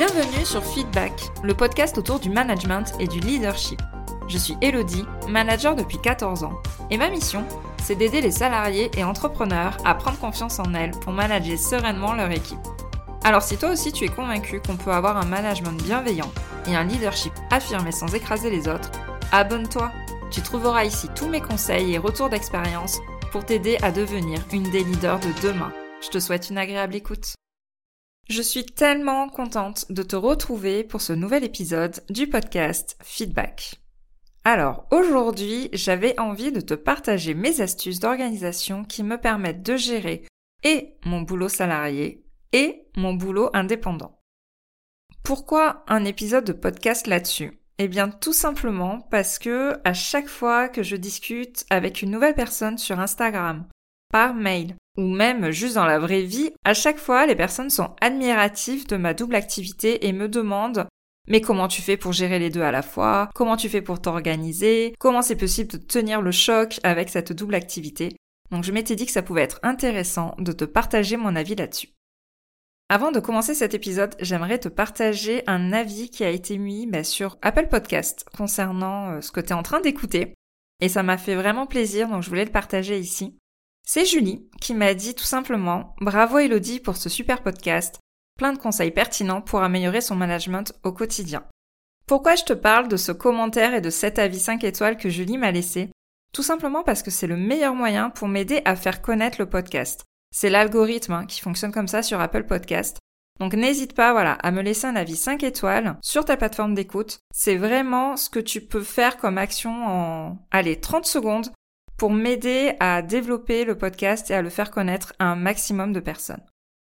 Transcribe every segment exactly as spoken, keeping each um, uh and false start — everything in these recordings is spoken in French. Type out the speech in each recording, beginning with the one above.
Bienvenue sur Feedback, le podcast autour du management et du leadership. Je suis Elodie, manager depuis quatorze ans, et ma mission, c'est d'aider les salariés et entrepreneurs à prendre confiance en elles pour manager sereinement leur équipe. Alors si toi aussi tu es convaincu qu'on peut avoir un management bienveillant et un leadership affirmé sans écraser les autres, abonne-toi. Tu trouveras ici tous mes conseils et retours d'expérience pour t'aider à devenir une des leaders de demain. Je te souhaite une agréable écoute. Je suis tellement contente de te retrouver pour ce nouvel épisode du podcast Feedback. Alors, aujourd'hui, j'avais envie de te partager mes astuces d'organisation qui me permettent de gérer et mon boulot salarié et mon boulot indépendant. Pourquoi un épisode de podcast là-dessus ? Eh bien, tout simplement parce que à chaque fois que je discute avec une nouvelle personne sur Instagram, par mail, ou même juste dans la vraie vie, à chaque fois, les personnes sont admiratives de ma double activité et me demandent « Mais comment tu fais pour gérer les deux à la fois ? Comment tu fais pour t'organiser ? Comment c'est possible de tenir le choc avec cette double activité ?» Donc je m'étais dit que ça pouvait être intéressant de te partager mon avis là-dessus. Avant de commencer cet épisode, j'aimerais te partager un avis qui a été mis bah, sur Apple Podcast concernant euh, ce que tu es en train d'écouter. Et ça m'a fait vraiment plaisir, donc je voulais le partager ici. C'est Julie qui m'a dit tout simplement « Bravo Elodie pour ce super podcast, plein de conseils pertinents pour améliorer son management au quotidien. » Pourquoi je te parle de ce commentaire et de cet avis cinq étoiles que Julie m'a laissé ? Tout simplement parce que c'est le meilleur moyen pour m'aider à faire connaître le podcast. C'est l'algorithme hein, qui fonctionne comme ça sur Apple Podcast. Donc n'hésite pas voilà, à me laisser un avis cinq étoiles sur ta plateforme d'écoute. C'est vraiment ce que tu peux faire comme action en allez, trente secondes pour m'aider à développer le podcast et à le faire connaître à un maximum de personnes.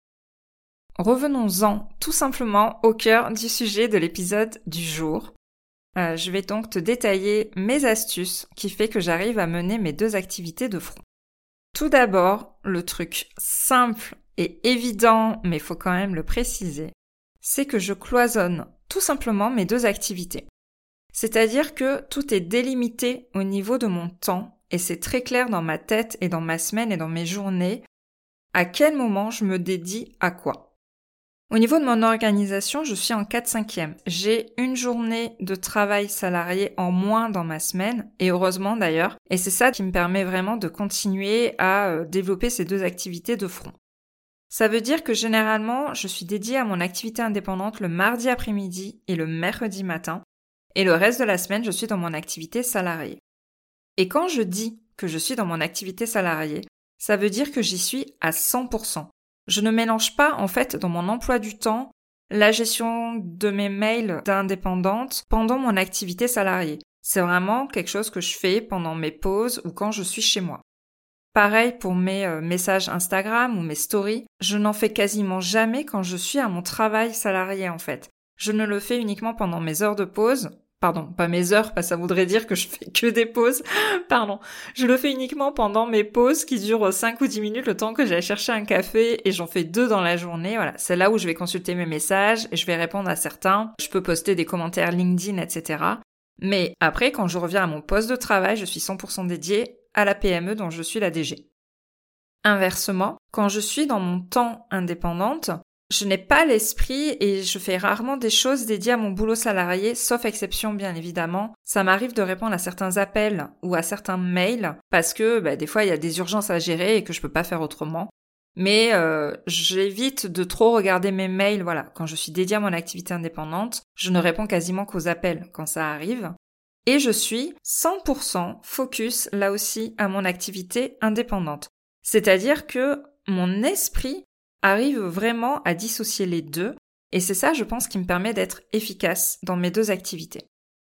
Revenons-en tout simplement au cœur du sujet de l'épisode du jour. Euh, je vais donc te détailler mes astuces qui fait que j'arrive à mener mes deux activités de front. Tout d'abord, le truc simple et évident, mais il faut quand même le préciser, c'est que je cloisonne tout simplement mes deux activités. C'est-à-dire que tout est délimité au niveau de mon temps et c'est très clair dans ma tête et dans ma semaine et dans mes journées à quel moment je me dédie à quoi. Au niveau de mon organisation, je suis en quatre cinquième. J'ai une journée de travail salarié en moins dans ma semaine, et heureusement d'ailleurs, et c'est ça qui me permet vraiment de continuer à développer ces deux activités de front. Ça veut dire que généralement, je suis dédiée à mon activité indépendante le mardi après-midi et le mercredi matin, et le reste de la semaine, je suis dans mon activité salariée. Et quand je dis que je suis dans mon activité salariée, ça veut dire que j'y suis à cent pour cent. Je ne mélange pas, en fait, dans mon emploi du temps, la gestion de mes mails d'indépendante pendant mon activité salariée. C'est vraiment quelque chose que je fais pendant mes pauses ou quand je suis chez moi. Pareil pour mes euh, messages Instagram ou mes stories, je n'en fais quasiment jamais quand je suis à mon travail salarié, en fait. Je ne le fais uniquement pendant mes heures de pause. Pardon, pas mes heures, parce que ça voudrait dire que je fais que des pauses. Pardon. Je le fais uniquement pendant mes pauses qui durent cinq ou dix minutes, le temps que j'aille chercher un café, et j'en fais deux dans la journée. Voilà, c'est là où je vais consulter mes messages et je vais répondre à certains. Je peux poster des commentaires LinkedIn, et cetera. Mais après, quand je reviens à mon poste de travail, je suis cent pour cent dédiée à la P M E dont je suis la D G. Inversement, quand je suis dans mon temps indépendante, je n'ai pas l'esprit et je fais rarement des choses dédiées à mon boulot salarié, sauf exception bien évidemment. Ça m'arrive de répondre à certains appels ou à certains mails parce que bah, des fois il y a des urgences à gérer et que je peux pas faire autrement. Mais euh, j'évite de trop regarder mes mails. Voilà, quand je suis dédiée à mon activité indépendante, je ne réponds quasiment qu'aux appels quand ça arrive. Et je suis cent pour cent focus là aussi à mon activité indépendante. C'est-à-dire que mon esprit arrive vraiment à dissocier les deux, et c'est ça, je pense, qui me permet d'être efficace dans mes deux activités.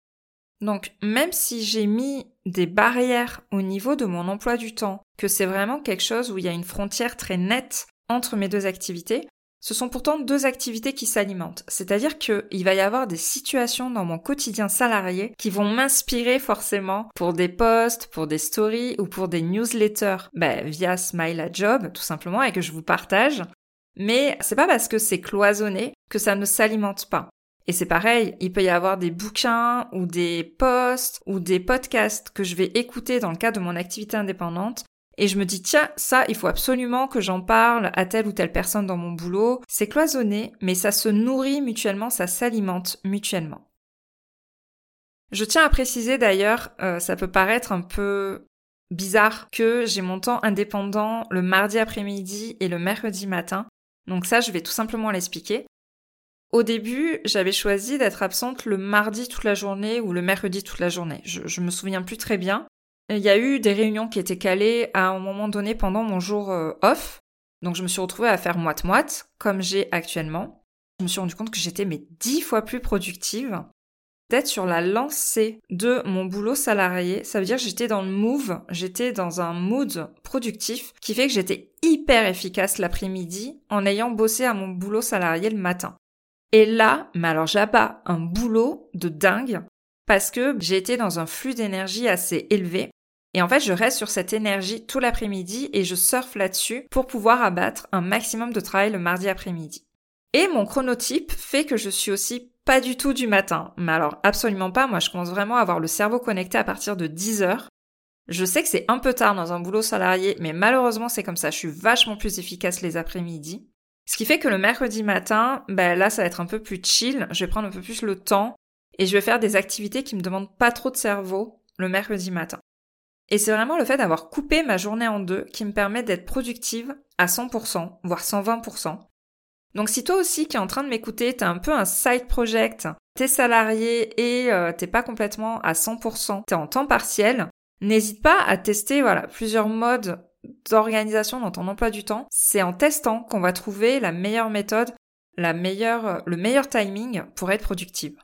Donc, même si j'ai mis des barrières au niveau de mon emploi du temps, que c'est vraiment quelque chose où il y a une frontière très nette entre mes deux activités, ce sont pourtant deux activités qui s'alimentent. C'est-à-dire qu'il va y avoir des situations dans mon quotidien salarié qui vont m'inspirer forcément pour des posts, pour des stories ou pour des newsletters bah, via Smile à Job, tout simplement, et que je vous partage. Mais c'est pas parce que c'est cloisonné que ça ne s'alimente pas. Et c'est pareil, il peut y avoir des bouquins ou des posts ou des podcasts que je vais écouter dans le cadre de mon activité indépendante et je me dis tiens, ça, il faut absolument que j'en parle à telle ou telle personne dans mon boulot. C'est cloisonné, mais ça se nourrit mutuellement, ça s'alimente mutuellement. Je tiens à préciser d'ailleurs, euh, ça peut paraître un peu bizarre que j'ai mon temps indépendant le mardi après-midi et le mercredi matin. Donc ça, je vais tout simplement l'expliquer. Au début, j'avais choisi d'être absente le mardi toute la journée ou le mercredi toute la journée. Je, je me souviens plus très bien. Il y a eu des réunions qui étaient calées à un moment donné pendant mon jour euh, off. Donc je me suis retrouvée à faire moite-moite, comme j'ai actuellement. Je me suis rendu compte que j'étais mais dix fois plus productive. D'être sur la lancée de mon boulot salarié, ça veut dire que j'étais dans le move, j'étais dans un mood productif qui fait que j'étais hyper efficace l'après-midi en ayant bossé à mon boulot salarié le matin. Et là, mais alors j'abats un boulot de dingue parce que j'ai été dans un flux d'énergie assez élevé et en fait je reste sur cette énergie tout l'après-midi et je surfe là-dessus pour pouvoir abattre un maximum de travail le mardi après-midi. Et mon chronotype fait que je suis aussi pas du tout du matin, mais alors absolument pas, moi je commence vraiment à avoir le cerveau connecté à partir de dix heures. Je sais que c'est un peu tard dans un boulot salarié, mais malheureusement c'est comme ça, je suis vachement plus efficace les après-midi. Ce qui fait que le mercredi matin, ben là ça va être un peu plus chill, je vais prendre un peu plus le temps et je vais faire des activités qui me demandent pas trop de cerveau le mercredi matin. Et c'est vraiment le fait d'avoir coupé ma journée en deux qui me permet d'être productive à cent pour cent, voire cent vingt pour cent. Donc si toi aussi qui es en train de m'écouter, t'as un peu un side project, t'es salarié et euh, t'es pas complètement à cent pour cent, t'es en temps partiel, n'hésite pas à tester voilà plusieurs modes d'organisation dans ton emploi du temps. C'est en testant qu'on va trouver la meilleure méthode, la meilleure, le meilleur timing pour être productive.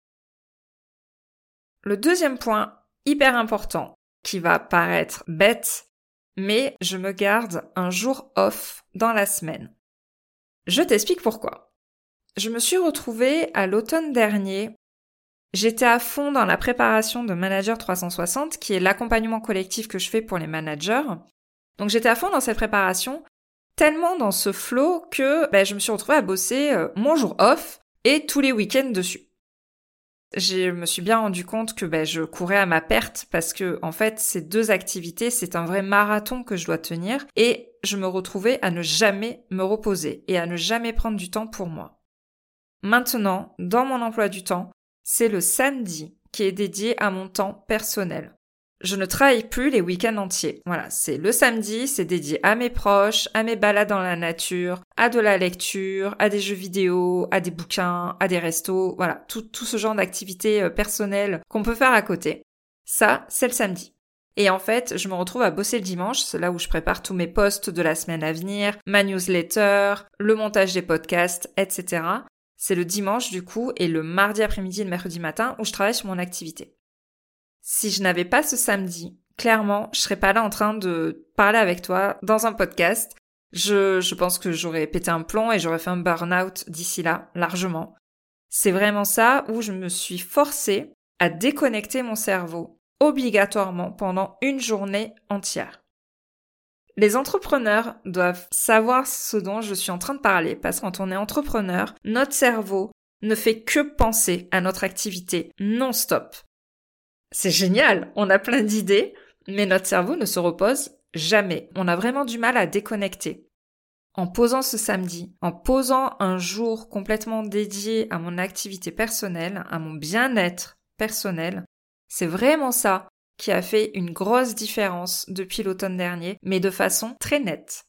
Le deuxième point hyper important qui va paraître bête, mais je me garde un jour off dans la semaine. Je t'explique pourquoi. Je me suis retrouvée à l'automne dernier. J'étais à fond dans la préparation de Manager trois cent soixante, qui est l'accompagnement collectif que je fais pour les managers. Donc j'étais à fond dans cette préparation, tellement dans ce flow que ben, je me suis retrouvée à bosser euh, mon jour off et tous les week-ends dessus. Je me suis bien rendu compte que ben, je courais à ma perte parce que en fait ces deux activités c'est un vrai marathon que je dois tenir et je me retrouvais à ne jamais me reposer et à ne jamais prendre du temps pour moi. Maintenant, dans mon emploi du temps, c'est le samedi qui est dédié à mon temps personnel. Je ne travaille plus les week-ends entiers. Voilà, c'est le samedi, c'est dédié à mes proches, à mes balades dans la nature, à de la lecture, à des jeux vidéo, à des bouquins, à des restos, voilà, tout, tout ce genre d'activités personnelles qu'on peut faire à côté. Ça, c'est le samedi. Et en fait, je me retrouve à bosser le dimanche, c'est là où je prépare tous mes posts de la semaine à venir, ma newsletter, le montage des podcasts, et cetera. C'est le dimanche du coup et le mardi après-midi et le mercredi matin où je travaille sur mon activité. Si je n'avais pas ce samedi, clairement, je serais pas là en train de parler avec toi dans un podcast. Je, je pense que j'aurais pété un plomb et j'aurais fait un burn-out d'ici là, largement. C'est vraiment ça où je me suis forcée à déconnecter mon cerveau, obligatoirement, pendant une journée entière. Les entrepreneurs doivent savoir ce dont je suis en train de parler, parce que quand on est entrepreneur, notre cerveau ne fait que penser à notre activité non-stop. C'est génial, on a plein d'idées, mais notre cerveau ne se repose jamais. On a vraiment du mal à déconnecter. En posant ce samedi, en posant un jour complètement dédié à mon activité personnelle, à mon bien-être personnel, c'est vraiment ça qui a fait une grosse différence depuis l'automne dernier, mais de façon très nette.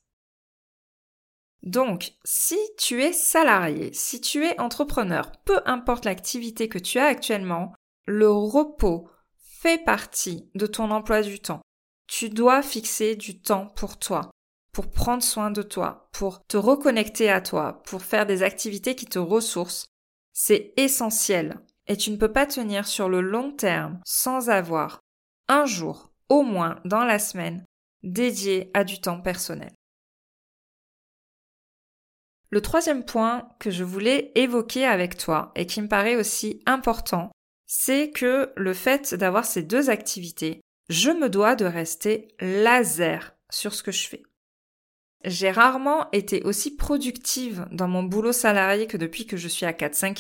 Donc, si tu es salarié, si tu es entrepreneur, peu importe l'activité que tu as actuellement, le repos fait partie de ton emploi du temps. Tu dois fixer du temps pour toi, pour prendre soin de toi, pour te reconnecter à toi, pour faire des activités qui te ressourcent. C'est essentiel et tu ne peux pas tenir sur le long terme sans avoir un jour, au moins dans la semaine, dédié à du temps personnel. Le troisième point que je voulais évoquer avec toi et qui me paraît aussi important, c'est que le fait d'avoir ces deux activités, je me dois de rester laser sur ce que je fais. J'ai rarement été aussi productive dans mon boulot salarié que depuis que je suis à quatre cinquième,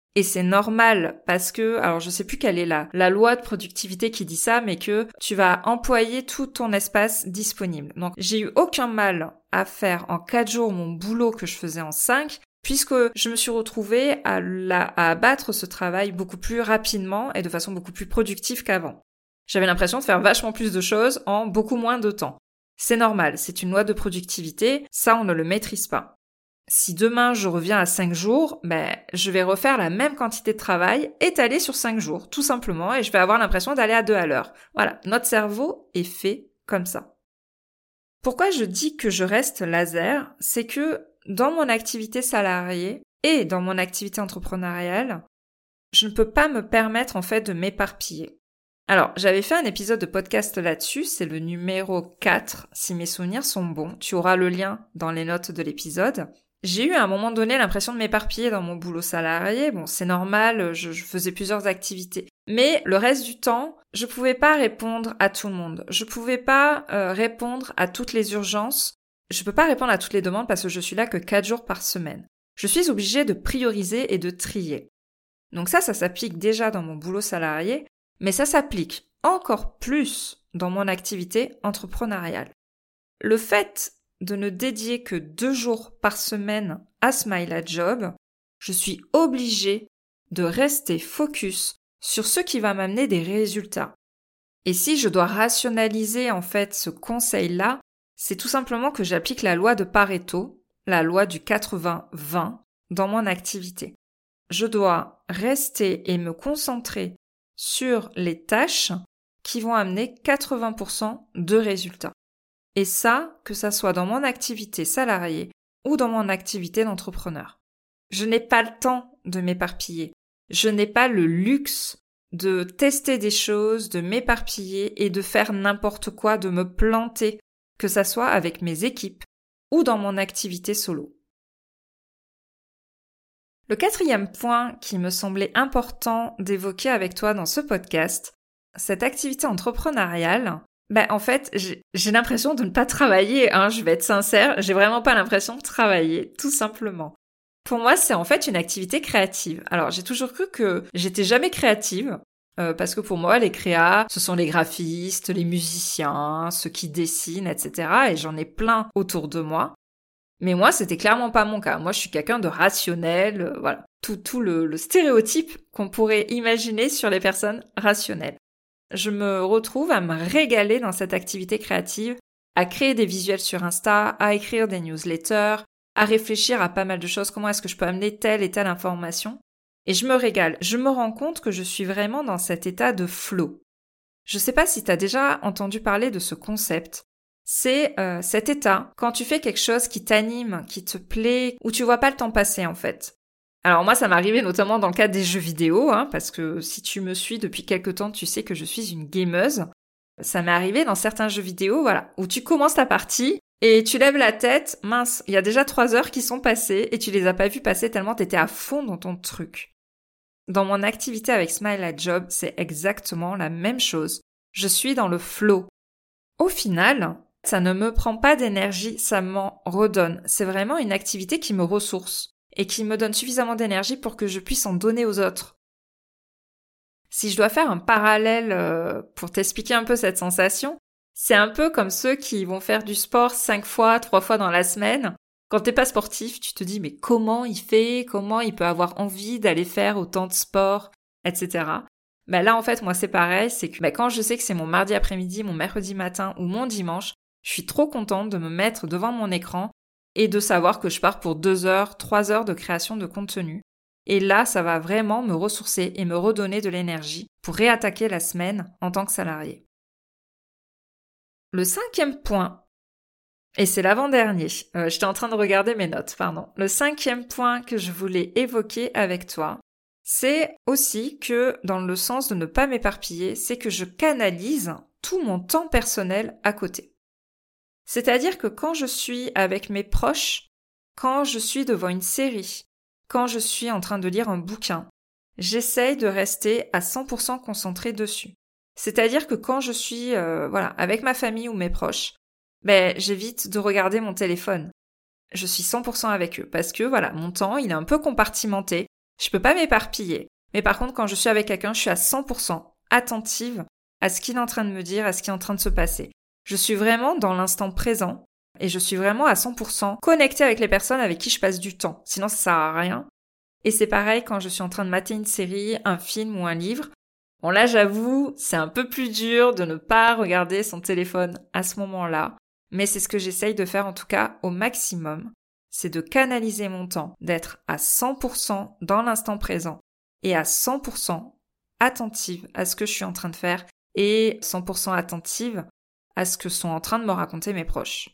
Et c'est normal parce que, alors je sais plus quelle est la, la loi de productivité qui dit ça, mais que tu vas employer tout ton espace disponible. Donc j'ai eu aucun mal à faire en quatre jours mon boulot que je faisais en cinq, puisque je me suis retrouvée à, la, à abattre ce travail beaucoup plus rapidement et de façon beaucoup plus productive qu'avant. J'avais l'impression de faire vachement plus de choses en beaucoup moins de temps. C'est normal, c'est une loi de productivité, ça on ne le maîtrise pas. Si demain je reviens à cinq jours, ben, je vais refaire la même quantité de travail étalée sur cinq jours, tout simplement, et je vais avoir l'impression d'aller à deux à l'heure. Voilà, notre cerveau est fait comme ça. Pourquoi je dis que je reste laser? C'est que dans mon activité salariée et dans mon activité entrepreneuriale, je ne peux pas me permettre en fait de m'éparpiller. Alors, j'avais fait un épisode de podcast là-dessus, c'est le numéro quatre, si mes souvenirs sont bons. Tu auras le lien dans les notes de l'épisode. J'ai eu à un moment donné l'impression de m'éparpiller dans mon boulot salarié. Bon, c'est normal, je, je faisais plusieurs activités. Mais le reste du temps, je pouvais pas répondre à tout le monde. Je pouvais pas euh, répondre à toutes les urgences. Je peux pas répondre à toutes les demandes parce que je suis là que quatre jours par semaine. Je suis obligée de prioriser et de trier. Donc ça, ça s'applique déjà dans mon boulot salarié, mais ça s'applique encore plus dans mon activité entrepreneuriale. Le fait de ne dédier que deux jours par semaine à Smile at Job, je suis obligée de rester focus sur ce qui va m'amener des résultats. Et si je dois rationaliser en fait ce conseil-là, c'est tout simplement que j'applique la loi de Pareto, la loi du quatre-vingts vingt, dans mon activité. Je dois rester et me concentrer sur les tâches qui vont amener quatre-vingts pour cent de résultats. Et ça, que ça soit dans mon activité salariée ou dans mon activité d'entrepreneur. Je n'ai pas le temps de m'éparpiller. Je n'ai pas le luxe de tester des choses, de m'éparpiller et de faire n'importe quoi, de me planter, que ça soit avec mes équipes ou dans mon activité solo. Le quatrième point qui me semblait important d'évoquer avec toi dans ce podcast, cette activité entrepreneuriale, ben en fait, j'ai, j'ai l'impression de ne pas travailler, hein, je vais être sincère, j'ai vraiment pas l'impression de travailler, tout simplement. Pour moi, c'est en fait une activité créative. Alors, j'ai toujours cru que j'étais jamais créative, euh, parce que pour moi, les créas, ce sont les graphistes, les musiciens, ceux qui dessinent, et cetera. Et j'en ai plein autour de moi. Mais moi, c'était clairement pas mon cas. Moi, je suis quelqu'un de rationnel, euh, voilà. Tout, tout le, le stéréotype qu'on pourrait imaginer sur les personnes rationnelles. Je me retrouve à me régaler dans cette activité créative, à créer des visuels sur Insta, à écrire des newsletters, à réfléchir à pas mal de choses, comment est-ce que je peux amener telle et telle information. Et je me régale. Je me rends compte que je suis vraiment dans cet état de flow. Je sais pas si tu as déjà entendu parler de ce concept. C'est euh, cet état quand tu fais quelque chose qui t'anime, qui te plaît, où tu vois pas le temps passer en fait. Alors moi, ça m'est arrivé notamment dans le cadre des jeux vidéo, hein, parce que si tu me suis depuis quelque temps, tu sais que je suis une gameuse. Ça m'est arrivé dans certains jeux vidéo, voilà, où tu commences ta partie et tu lèves la tête, mince, il y a déjà trois heures qui sont passées et tu les as pas vues passer tellement t'étais à fond dans ton truc. Dans mon activité avec Smile at Job, c'est exactement la même chose. Je suis dans le flow. Au final, ça ne me prend pas d'énergie, ça m'en redonne. C'est vraiment une activité qui me ressource et qui me donne suffisamment d'énergie pour que je puisse en donner aux autres. Si je dois faire un parallèle euh, pour t'expliquer un peu cette sensation, c'est un peu comme ceux qui vont faire du sport cinq fois, trois fois dans la semaine. Quand t'es pas sportif, tu te dis mais comment il fait, comment il peut avoir envie d'aller faire autant de sport, et cetera. Ben là en fait moi c'est pareil, c'est que ben, quand je sais que c'est mon mardi après-midi, mon mercredi matin ou mon dimanche, je suis trop contente de me mettre devant mon écran et de savoir que je pars pour deux heures, trois heures de création de contenu. Et là, ça va vraiment me ressourcer et me redonner de l'énergie pour réattaquer la semaine en tant que salarié. Le cinquième point, et c'est l'avant-dernier, euh, j'étais en train de regarder mes notes, pardon. Le cinquième point que je voulais évoquer avec toi, c'est aussi que dans le sens de ne pas m'éparpiller, c'est que je canalise tout mon temps personnel à côté. C'est-à-dire que quand je suis avec mes proches, quand je suis devant une série, quand je suis en train de lire un bouquin, j'essaye de rester à cent pour cent concentrée dessus. C'est-à-dire que quand je suis euh, voilà, avec ma famille ou mes proches, ben, j'évite de regarder mon téléphone. Je suis cent pour cent avec eux parce que voilà, mon temps, il est un peu compartimenté. Je peux pas m'éparpiller. Mais par contre, quand je suis avec quelqu'un, je suis à cent pour cent attentive à ce qu'il est en train de me dire, à ce qui est en train de se passer. Je suis vraiment dans l'instant présent et je suis vraiment à cent pour cent connectée avec les personnes avec qui je passe du temps. Sinon, ça sert à rien. Et c'est pareil quand je suis en train de mater une série, un film ou un livre. Bon là, j'avoue, c'est un peu plus dur de ne pas regarder son téléphone à ce moment-là. Mais c'est ce que j'essaye de faire en tout cas au maximum. C'est de canaliser mon temps, d'être à cent pour cent dans l'instant présent et à cent pour cent attentive à ce que je suis en train de faire et cent pour cent attentive à ce que sont en train de me raconter mes proches.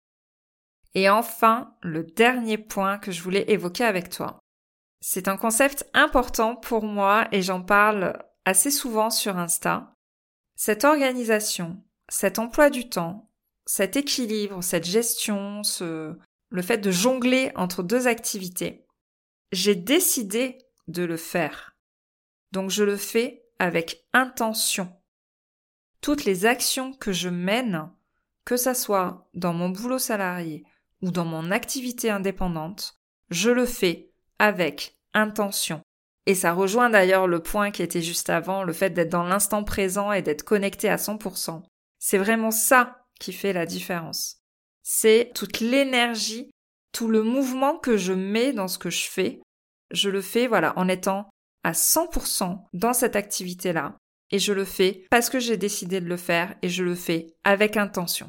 Et enfin, le dernier point que je voulais évoquer avec toi. C'est un concept important pour moi et j'en parle assez souvent sur Insta. Cette organisation, cet emploi du temps, cet équilibre, cette gestion, ce... le fait de jongler entre deux activités, j'ai décidé de le faire. Donc je le fais avec intention. Toutes les actions que je mène, que ça soit dans mon boulot salarié ou dans mon activité indépendante, je le fais avec intention. Et ça rejoint d'ailleurs le point qui était juste avant, le fait d'être dans l'instant présent et d'être connecté à cent pour cent. C'est vraiment ça qui fait la différence. C'est toute l'énergie, tout le mouvement que je mets dans ce que je fais. Je le fais, voilà, en étant à cent pour cent dans cette activité-là. Et je le fais parce que j'ai décidé de le faire et je le fais avec intention.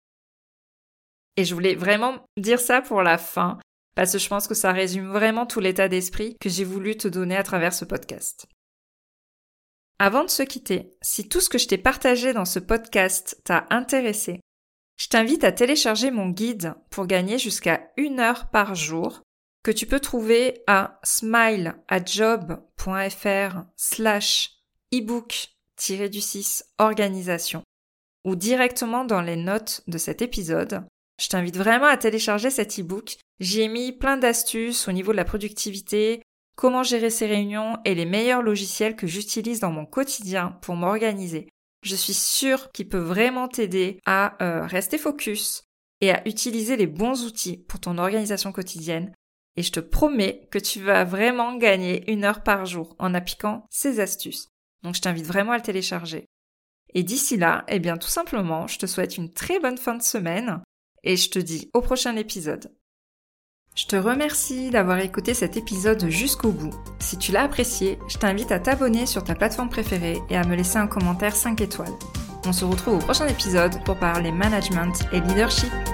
Et je voulais vraiment dire ça pour la fin, parce que je pense que ça résume vraiment tout l'état d'esprit que j'ai voulu te donner à travers ce podcast. Avant de se quitter, si tout ce que je t'ai partagé dans ce podcast t'a intéressé, je t'invite à télécharger mon guide pour gagner jusqu'à une heure par jour que tu peux trouver à smileajob.fr slash ebook du six organisation ou directement dans les notes de cet épisode. Je t'invite vraiment à télécharger cet ebook. J'y ai mis plein d'astuces au niveau de la productivité, comment gérer ses réunions et les meilleurs logiciels que j'utilise dans mon quotidien pour m'organiser. Je suis sûre qu'il peut vraiment t'aider à euh, rester focus et à utiliser les bons outils pour ton organisation quotidienne. Et je te promets que tu vas vraiment gagner une heure par jour en appliquant ces astuces. Donc je t'invite vraiment à le télécharger. Et d'ici là, eh bien tout simplement, je te souhaite une très bonne fin de semaine et je te dis au prochain épisode. Je te remercie d'avoir écouté cet épisode jusqu'au bout. Si tu l'as apprécié, je t'invite à t'abonner sur ta plateforme préférée et à me laisser un commentaire cinq étoiles. On se retrouve au prochain épisode pour parler management et leadership.